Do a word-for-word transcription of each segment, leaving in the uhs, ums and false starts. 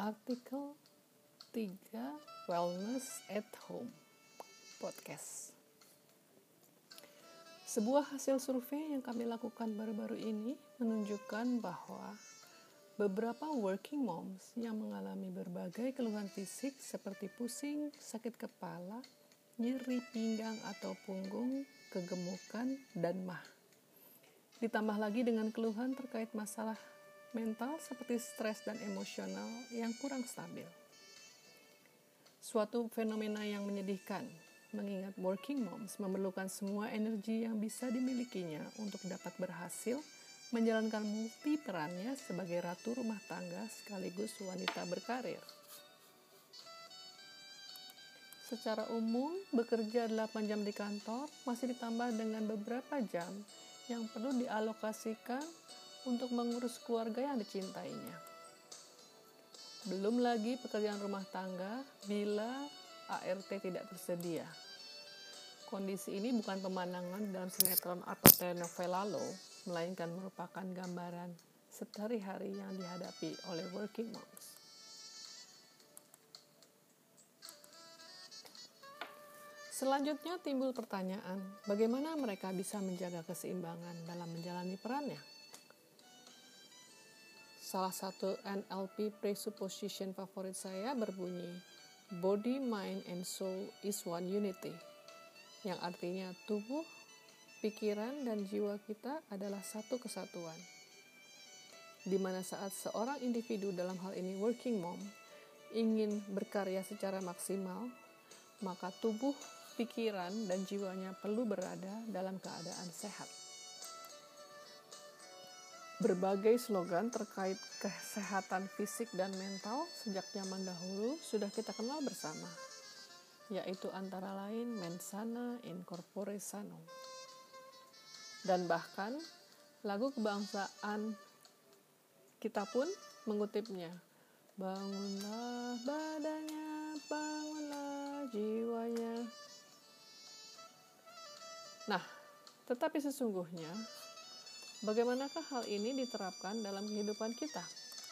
Artikel tiga Wellness at Home Podcast. Sebuah hasil survei yang kami lakukan baru-baru ini menunjukkan bahwa beberapa working moms yang mengalami berbagai keluhan fisik seperti pusing, sakit kepala, nyeri pinggang atau punggung, kegemukan, dan mah. Ditambah lagi dengan keluhan terkait masalah mental seperti stres dan emosional yang kurang stabil. Suatu fenomena yang menyedihkan, mengingat working moms memerlukan semua energi yang bisa dimilikinya untuk dapat berhasil menjalankan multi perannya sebagai ratu rumah tangga sekaligus wanita berkarir. Secara umum, bekerja delapan jam di kantor masih ditambah dengan beberapa jam yang perlu dialokasikan untuk mengurus keluarga yang dicintainya. Belum lagi pekerjaan rumah tangga bila A R T tidak tersedia. Kondisi ini bukan pemandangan dalam sinetron atau telenovela loh, melainkan merupakan gambaran sehari-hari yang dihadapi oleh working moms. Selanjutnya timbul pertanyaan, bagaimana mereka bisa menjaga keseimbangan dalam menjalani perannya? Salah satu N L P presupposition favorit saya berbunyi, body, mind, and soul is one unity, yang artinya tubuh, pikiran, dan jiwa kita adalah satu kesatuan. Di mana saat seorang individu, dalam hal ini working mom, ingin berkarya secara maksimal, maka tubuh, pikiran, dan jiwanya perlu berada dalam keadaan sehat. Berbagai slogan terkait kesehatan fisik dan mental sejak zaman dahulu sudah kita kenal bersama, yaitu antara lain mens sana in corpore sano. Dan bahkan lagu kebangsaan kita pun mengutipnya, bangunlah badannya, bangunlah jiwanya. Nah, tetapi sesungguhnya bagaimanakah hal ini diterapkan dalam kehidupan kita?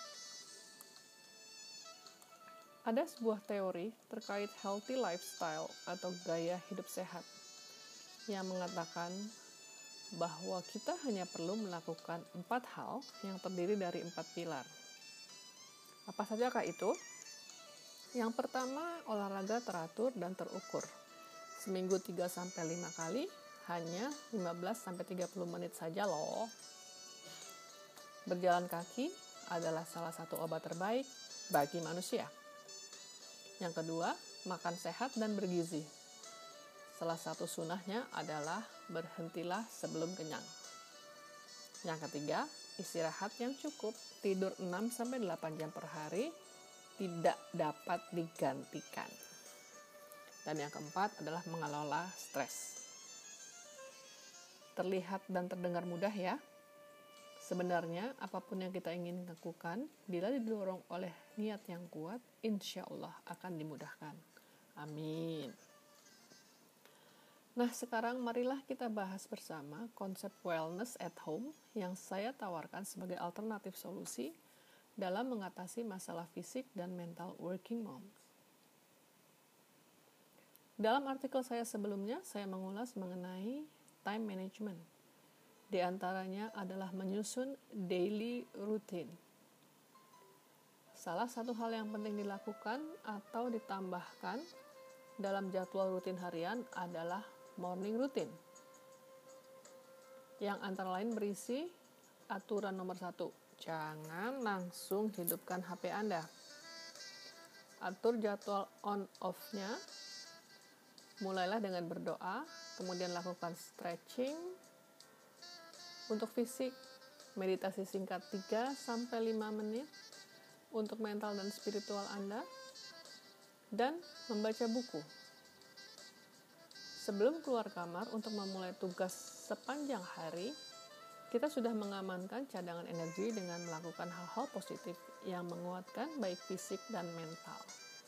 Ada sebuah teori terkait healthy lifestyle atau gaya hidup sehat yang mengatakan bahwa kita hanya perlu melakukan empat hal yang terdiri dari empat pilar. Apa sajakah itu? Yang pertama, olahraga teratur dan terukur. Seminggu tiga sampai lima kali, hanya lima belas sampai tiga puluh menit saja loh. Berjalan kaki adalah salah satu obat terbaik bagi manusia. Yang kedua, makan sehat dan bergizi. Salah satu sunahnya adalah berhentilah sebelum kenyang. Yang ketiga, istirahat yang cukup, tidur enam sampai delapan jam per hari, tidak dapat digantikan. Dan yang keempat adalah mengelola stres. Terlihat dan terdengar mudah ya. Sebenarnya apapun yang kita ingin lakukan, bila didorong oleh niat yang kuat, insya Allah akan dimudahkan. Amin. Nah, sekarang marilah kita bahas bersama konsep wellness at home yang saya tawarkan sebagai alternatif solusi dalam mengatasi masalah fisik dan mental working moms. Dalam artikel saya sebelumnya, saya mengulas mengenai time management. Di antaranya adalah menyusun daily routine. Salah satu hal yang penting dilakukan atau ditambahkan dalam jadwal rutin harian adalah morning routine, yang antara lain berisi aturan nomor satu, jangan langsung hidupkan H P Anda. Atur jadwal on-off-nya, mulailah dengan berdoa, kemudian lakukan stretching. Untuk fisik, meditasi singkat tiga sampai lima menit. Untuk mental dan spiritual Anda, dan membaca buku. Sebelum keluar kamar untuk memulai tugas sepanjang hari, kita sudah mengamankan cadangan energi dengan melakukan hal-hal positif yang menguatkan baik fisik dan mental.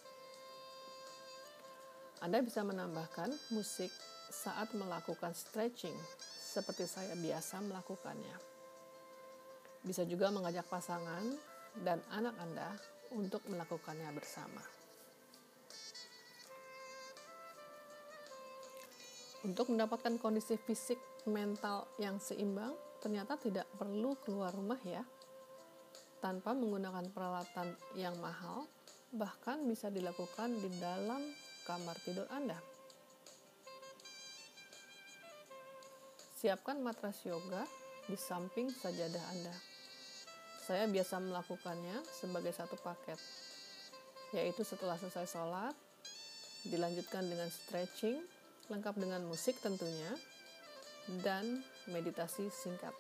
Anda bisa menambahkan musik saat melakukan stretching, seperti saya biasa melakukannya. Bisa juga mengajak pasangan dan anak Anda untuk melakukannya bersama. Untuk mendapatkan kondisi fisik mental yang seimbang, ternyata tidak perlu keluar rumah ya. Tanpa menggunakan peralatan yang mahal, bahkan bisa dilakukan di dalam kamar tidur Anda. Siapkan matras yoga di samping sajadah Anda. Saya biasa melakukannya sebagai satu paket, yaitu setelah selesai sholat, dilanjutkan dengan stretching, lengkap dengan musik tentunya, dan meditasi singkat.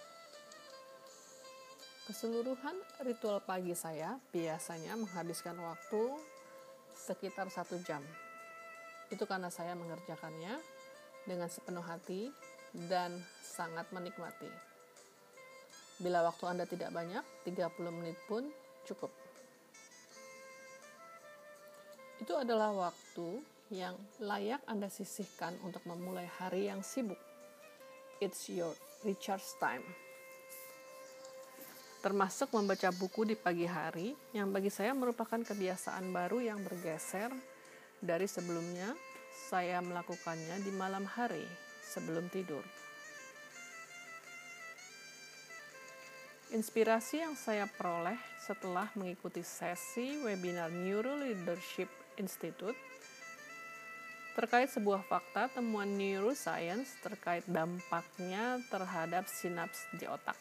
Keseluruhan ritual pagi saya biasanya menghabiskan waktu sekitar satu jam. Itu karena saya mengerjakannya dengan sepenuh hati dan sangat menikmati. Bila waktu Anda tidak banyak, tiga puluh menit pun cukup. Itu adalah waktu yang layak Anda sisihkan untuk memulai hari yang sibuk. It's your recharge time. Termasuk membaca buku di pagi hari, yang bagi saya merupakan kebiasaan baru yang bergeser dari sebelumnya saya melakukannya di malam hari sebelum tidur. Inspirasi yang saya peroleh setelah mengikuti sesi webinar Neuro Leadership Institute terkait sebuah fakta temuan neuroscience terkait dampaknya terhadap sinaps di otak.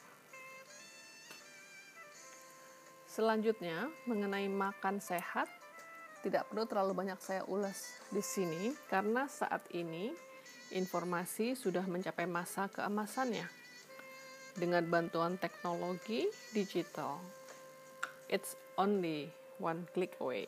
Selanjutnya, mengenai makan sehat, tidak perlu terlalu banyak saya ulas di sini karena saat ini informasi sudah mencapai masa keemasannya. Dengan bantuan teknologi digital, it's only one click away.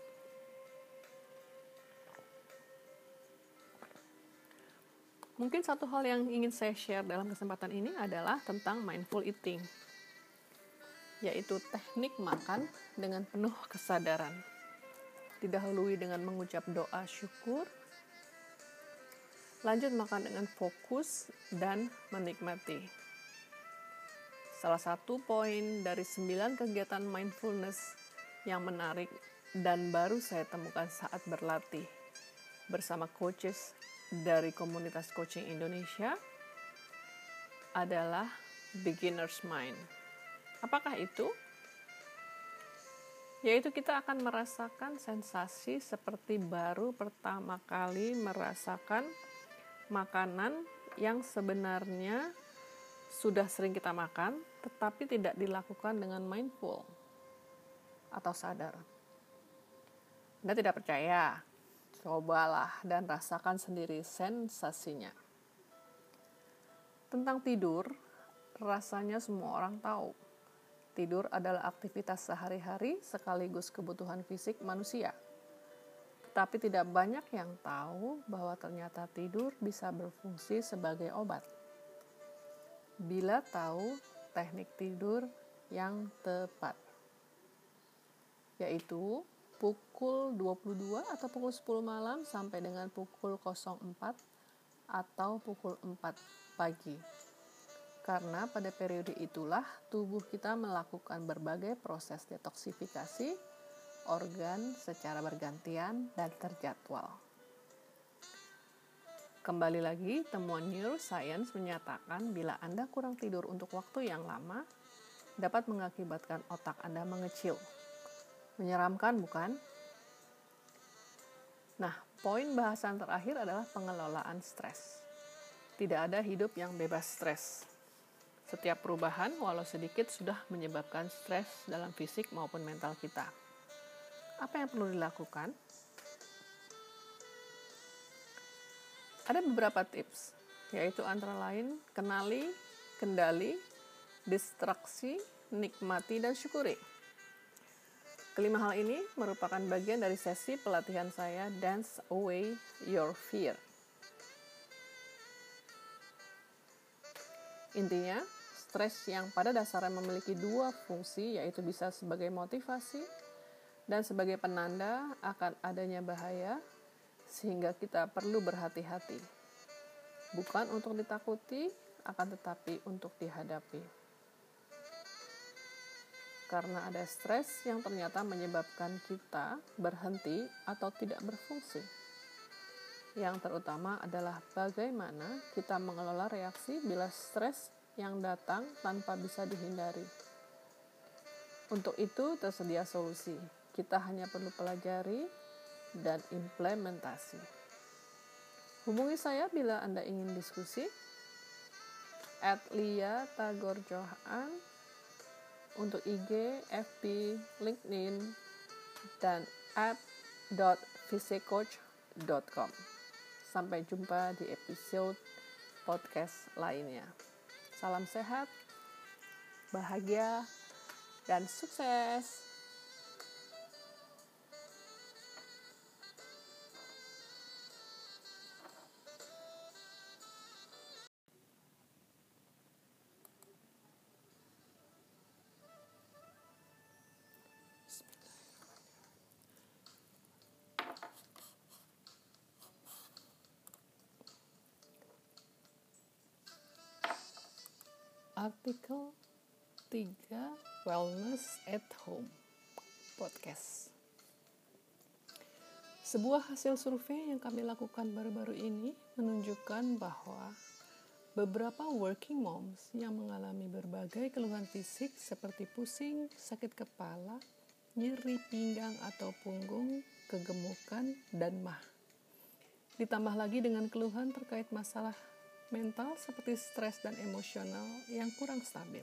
Mungkin satu hal yang ingin saya share dalam kesempatan ini adalah tentang mindful eating, yaitu teknik makan dengan penuh kesadaran. Didahului dengan mengucap doa syukur, lanjut makan dengan fokus dan menikmati. Salah satu poin dari sembilan kegiatan mindfulness yang menarik dan baru saya temukan saat berlatih bersama coaches dari komunitas coaching Indonesia adalah beginner's mind. Apakah itu? Yaitu kita akan merasakan sensasi seperti baru pertama kali merasakan makanan yang sebenarnya sudah sering kita makan, tetapi tidak dilakukan dengan mindful atau sadar. Anda tidak percaya? Cobalah dan rasakan sendiri sensasinya. Tentang tidur, rasanya semua orang tahu. Tidur adalah aktivitas sehari-hari sekaligus kebutuhan fisik manusia. Tapi tidak banyak yang tahu bahwa ternyata tidur bisa berfungsi sebagai obat. Bila tahu teknik tidur yang tepat, yaitu pukul dua puluh dua atau pukul sepuluh malam sampai dengan pukul nol empat atau pukul empat pagi. Karena pada periode itulah tubuh kita melakukan berbagai proses detoksifikasi organ secara bergantian dan terjadwal. Kembali lagi, temuan neuroscience menyatakan bila Anda kurang tidur untuk waktu yang lama, dapat mengakibatkan otak Anda mengecil. Menyeramkan, bukan? Nah, poin bahasan terakhir adalah pengelolaan stres. Tidak ada hidup yang bebas stres. Setiap perubahan, walau sedikit, sudah menyebabkan stres dalam fisik maupun mental kita. Apa yang perlu dilakukan? Ada beberapa tips, yaitu antara lain kenali, kendali, distraksi, nikmati, dan syukuri. Kelima hal ini merupakan bagian dari sesi pelatihan saya Dance Away Your Fear. Intinya, stres yang pada dasarnya memiliki dua fungsi, yaitu bisa sebagai motivasi dan sebagai penanda akan adanya bahaya, sehingga kita perlu berhati-hati. Bukan untuk ditakuti, akan tetapi untuk dihadapi. karena ada stres yang ternyata menyebabkan kita berhenti atau tidak berfungsi. Yang terutama adalah bagaimana kita mengelola reaksi bila stres yang datang tanpa bisa dihindari. Untuk itu tersedia solusi. Kita hanya perlu pelajari dan implementasi. Hubungi saya bila Anda ingin diskusi at lia tagorjohan untuk I G, F B, LinkedIn, dan at dot physicoach dot com. Sampai jumpa di episode podcast lainnya. Salam sehat, bahagia, dan sukses! Artikel tiga Wellness at Home Podcast. Sebuah hasil survei yang kami lakukan baru-baru ini menunjukkan bahwa beberapa working moms yang mengalami berbagai keluhan fisik seperti pusing, sakit kepala, nyeri pinggang atau punggung, kegemukan, dan mah. Ditambah lagi dengan keluhan terkait masalah mental seperti stres dan emosional yang kurang stabil.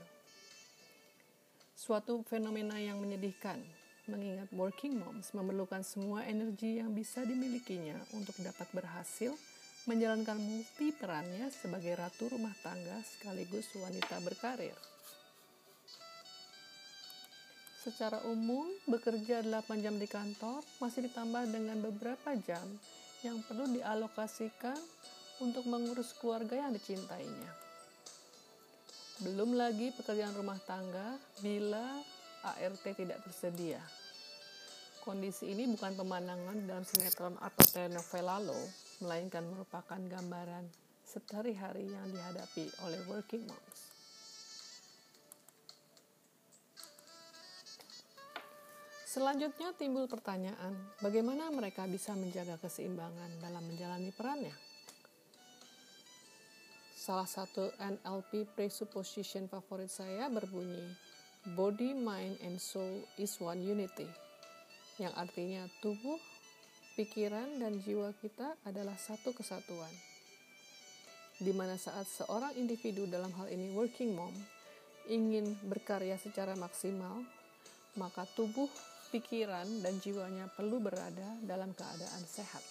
Suatu fenomena yang menyedihkan, mengingat working moms memerlukan semua energi yang bisa dimilikinya untuk dapat berhasil menjalankan multi perannya sebagai ratu rumah tangga sekaligus wanita berkarir. Secara umum, bekerja delapan jam di kantor masih ditambah dengan beberapa jam yang perlu dialokasikan untuk mengurus keluarga yang dicintainya. Belum lagi pekerjaan rumah tangga bila A R T tidak tersedia. Kondisi ini bukan pemandangan dalam sinetron atau telenovela loh, melainkan merupakan gambaran sehari-hari yang dihadapi oleh working moms. Selanjutnya timbul pertanyaan, bagaimana mereka bisa menjaga keseimbangan dalam menjalani perannya? Salah satu N L P presupposition favorit saya berbunyi, body, mind, and soul is one unity, yang artinya tubuh, pikiran, dan jiwa kita adalah satu kesatuan. Di mana saat seorang individu, dalam hal ini working mom, ingin berkarya secara maksimal, maka tubuh, pikiran, dan jiwanya perlu berada dalam keadaan sehat.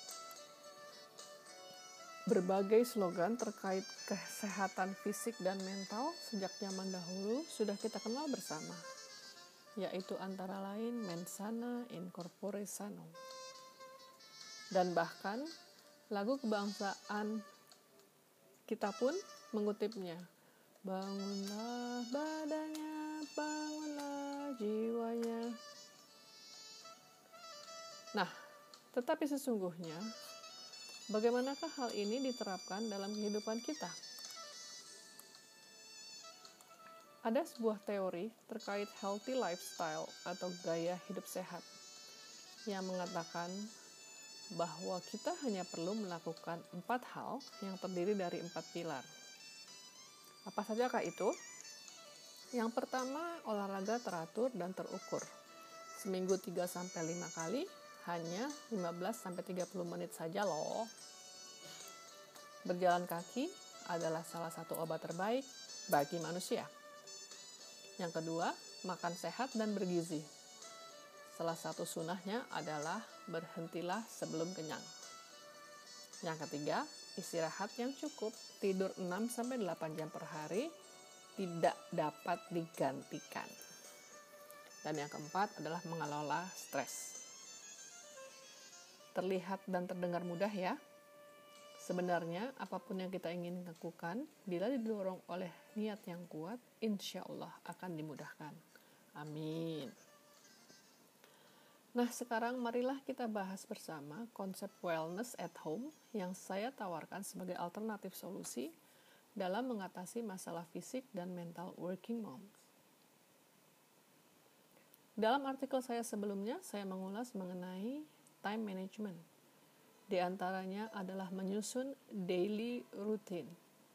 Berbagai slogan terkait kesehatan fisik dan mental sejak zaman dahulu sudah kita kenal bersama, yaitu antara lain mens sana in corpore sano. Dan bahkan lagu kebangsaan kita pun mengutipnya, bangunlah badannya, bangunlah jiwanya. Nah, tetapi sesungguhnya bagaimanakah hal ini diterapkan dalam kehidupan kita? Ada sebuah teori terkait healthy lifestyle atau gaya hidup sehat yang mengatakan bahwa kita hanya perlu melakukan empat hal yang terdiri dari empat pilar. Apa sajakah itu? Yang pertama, olahraga teratur dan terukur. Seminggu tiga sampai lima kali, hanya lima belas sampai tiga puluh menit saja loh. Berjalan kaki adalah salah satu obat terbaik bagi manusia. Yang kedua, makan sehat dan bergizi. Salah satu sunahnya adalah berhentilah sebelum kenyang. Yang ketiga, istirahat yang cukup, tidur enam sampai delapan jam per hari tidak dapat digantikan. Dan yang keempat adalah mengelola stres. Terlihat dan terdengar mudah ya. Sebenarnya apapun yang kita ingin lakukan, bila didorong oleh niat yang kuat, insya Allah akan dimudahkan. Amin. Nah, sekarang marilah kita bahas bersama konsep wellness at home yang saya tawarkan sebagai alternatif solusi dalam mengatasi masalah fisik dan mental working moms. Dalam artikel saya sebelumnya, saya mengulas mengenai time management. Di antaranya adalah menyusun daily routine.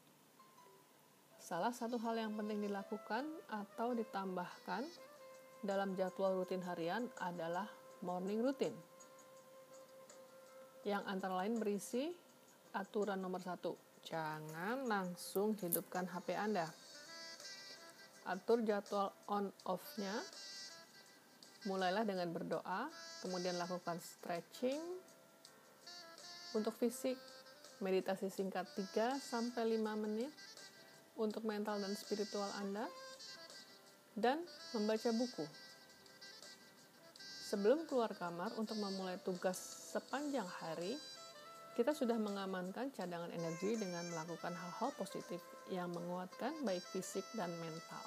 Salah satu hal yang penting dilakukan atau ditambahkan dalam jadwal rutin harian adalah morning routine, yang antara lain berisi aturan nomor satu, jangan langsung hidupkan H P Anda. Atur jadwal on-off-nya. Mulailah dengan berdoa, kemudian lakukan stretching untuk fisik, meditasi singkat tiga sampai lima menit untuk mental dan spiritual Anda, dan membaca buku. Sebelum keluar kamar untuk memulai tugas sepanjang hari, kita sudah mengamankan cadangan energi dengan melakukan hal-hal positif yang menguatkan baik fisik dan mental.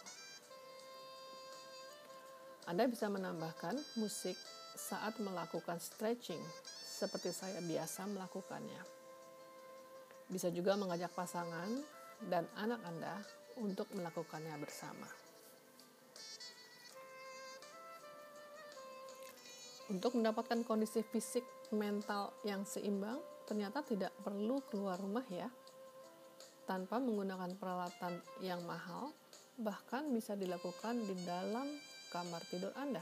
Anda bisa menambahkan musik saat melakukan stretching, seperti saya biasa melakukannya. Bisa juga mengajak pasangan dan anak Anda untuk melakukannya bersama. Untuk mendapatkan kondisi fisik mental yang seimbang, ternyata tidak perlu keluar rumah ya. Tanpa menggunakan peralatan yang mahal, bahkan bisa dilakukan di dalam kamar tidur Anda.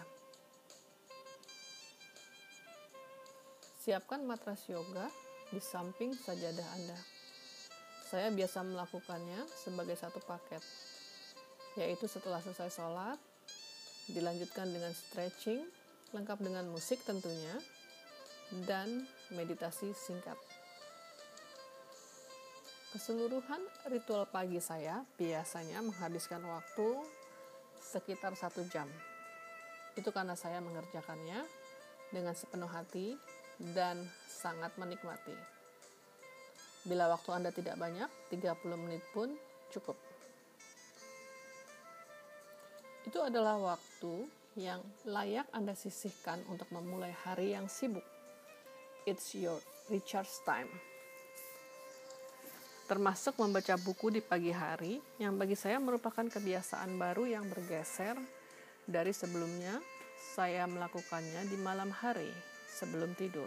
Siapkan matras yoga di samping sajadah Anda. Saya biasa melakukannya sebagai satu paket, yaitu setelah selesai sholat, dilanjutkan dengan stretching, lengkap dengan musik tentunya, dan meditasi singkat. Keseluruhan ritual pagi saya biasanya menghabiskan waktu sekitar satu jam. Itu karena saya mengerjakannya dengan sepenuh hati dan sangat menikmati. Bila waktu Anda tidak banyak, tiga puluh menit pun cukup. Itu adalah waktu yang layak Anda sisihkan untuk memulai hari yang sibuk. It's your recharge time. Termasuk membaca buku di pagi hari, yang bagi saya merupakan kebiasaan baru yang bergeser dari sebelumnya saya melakukannya di malam hari sebelum tidur.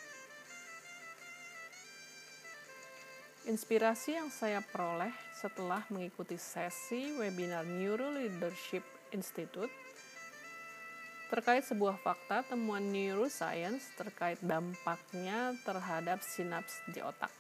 Inspirasi yang saya peroleh setelah mengikuti sesi webinar Neuro Leadership Institute terkait sebuah fakta temuan neuroscience terkait dampaknya terhadap sinaps di otak.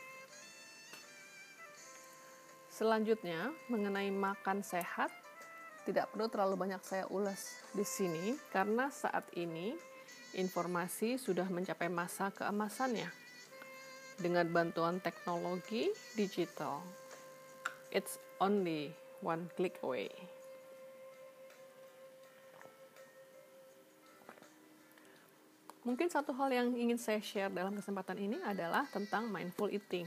Selanjutnya, mengenai makan sehat, tidak perlu terlalu banyak saya ulas di sini karena saat ini informasi sudah mencapai masa keemasannya dengan bantuan teknologi digital. It's only one click away. Mungkin satu hal yang ingin saya share dalam kesempatan ini adalah tentang mindful eating,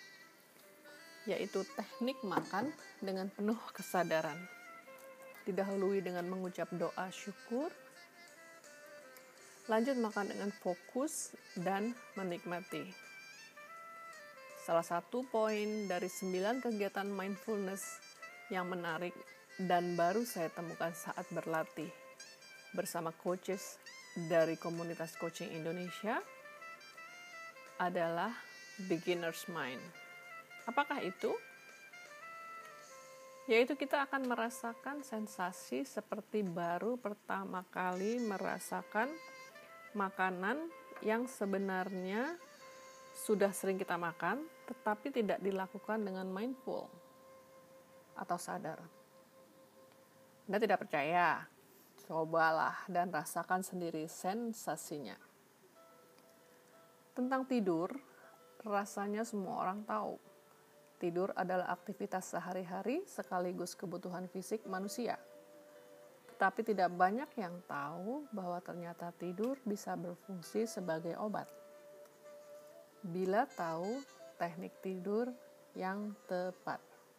yaitu teknik makan dengan penuh kesadaran. Didahului dengan mengucap doa syukur, lanjut makan dengan fokus dan menikmati. Salah satu poin dari sembilan kegiatan mindfulness yang menarik dan baru saya temukan saat berlatih bersama coaches dari komunitas coaching Indonesia adalah beginner's mind. Apakah itu? Yaitu kita akan merasakan sensasi seperti baru pertama kali merasakan makanan yang sebenarnya sudah sering kita makan, tetapi tidak dilakukan dengan mindful atau sadar. Anda tidak percaya? Cobalah dan rasakan sendiri sensasinya. Tentang tidur, rasanya semua orang tahu. Tidur adalah aktivitas sehari-hari sekaligus kebutuhan fisik manusia. Tetapi tidak banyak yang tahu bahwa ternyata tidur bisa berfungsi sebagai obat. Bila tahu teknik tidur yang tepat,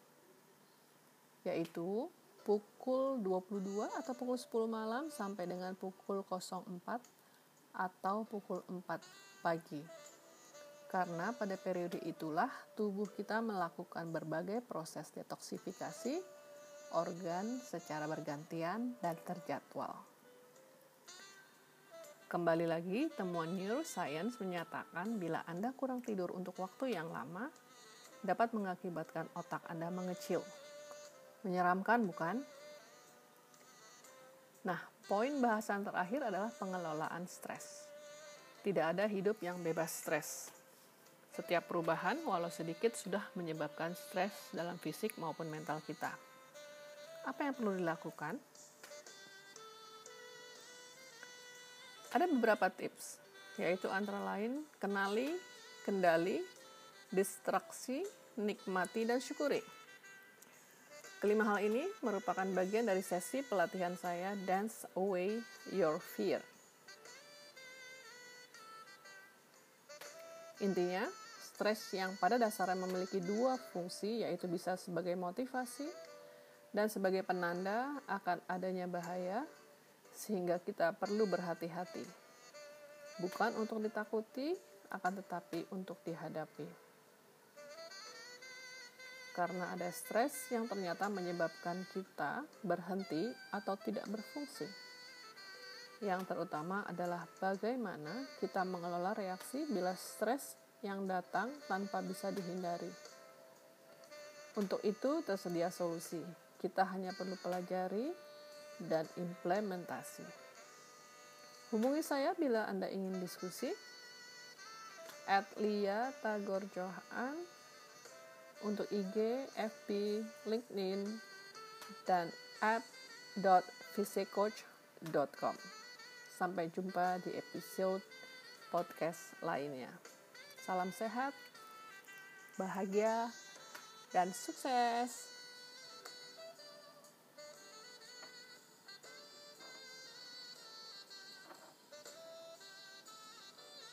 yaitu pukul dua puluh dua atau pukul sepuluh malam sampai dengan pukul nol empat atau pukul empat pagi. Karena pada periode itulah tubuh kita melakukan berbagai proses detoksifikasi organ secara bergantian dan terjadwal. Kembali lagi, temuan neuroscience menyatakan bila Anda kurang tidur untuk waktu yang lama, dapat mengakibatkan otak Anda mengecil. Menyeramkan, bukan? Nah, poin bahasan terakhir adalah pengelolaan stres. Tidak ada hidup yang bebas stres. Setiap perubahan, walau sedikit, sudah menyebabkan stres dalam fisik maupun mental kita. Apa yang perlu dilakukan? Ada beberapa tips, yaitu antara lain kenali, kendali, distraksi, nikmati, dan syukuri. Kelima hal ini merupakan bagian dari sesi pelatihan saya Dance Away Your Fear. Intinya, stres yang pada dasarnya memiliki dua fungsi, yaitu bisa sebagai motivasi dan sebagai penanda akan adanya bahaya, sehingga kita perlu berhati-hati. Bukan untuk ditakuti, akan tetapi untuk dihadapi. Karena ada stres yang ternyata menyebabkan kita berhenti atau tidak berfungsi. Yang terutama adalah bagaimana kita mengelola reaksi bila stres yang datang tanpa bisa dihindari. Untuk itu tersedia solusi. Kita hanya perlu pelajari dan implementasi. Hubungi saya bila Anda ingin diskusi at lia tagorjohan untuk I G, F B, LinkedIn, dan app dot physicoach dot com. Sampai jumpa di episode podcast lainnya. Salam sehat, bahagia, dan sukses!